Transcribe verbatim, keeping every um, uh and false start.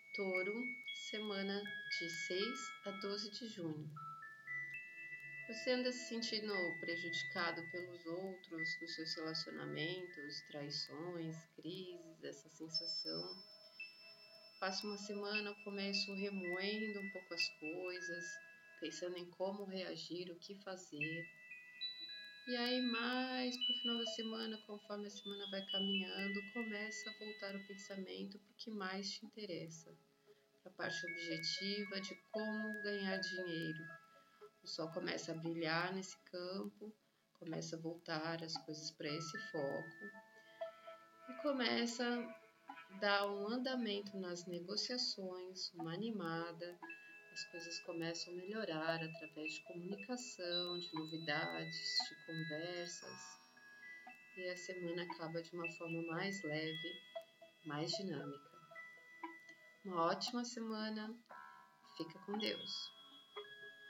Touro, semana de seis a doze de junho. Você anda se sentindo prejudicado pelos outros nos seus relacionamentos, traições, crises, essa sensação? Passo uma semana, começo remoendo um pouco as coisas, pensando em como reagir, o que fazer. E aí, mais pro final da semana, conforme a semana vai caminhando, começa a voltar o pensamento para o que mais te interessa, para a parte objetiva de como ganhar dinheiro. O sol começa a brilhar nesse campo, começa a voltar as coisas para esse foco e começa a dar um andamento nas negociações, uma animada. As coisas começam a melhorar através de comunicação, de novidades, de conversas, e a semana acaba de uma forma mais leve, mais dinâmica. Uma ótima semana, fica com Deus!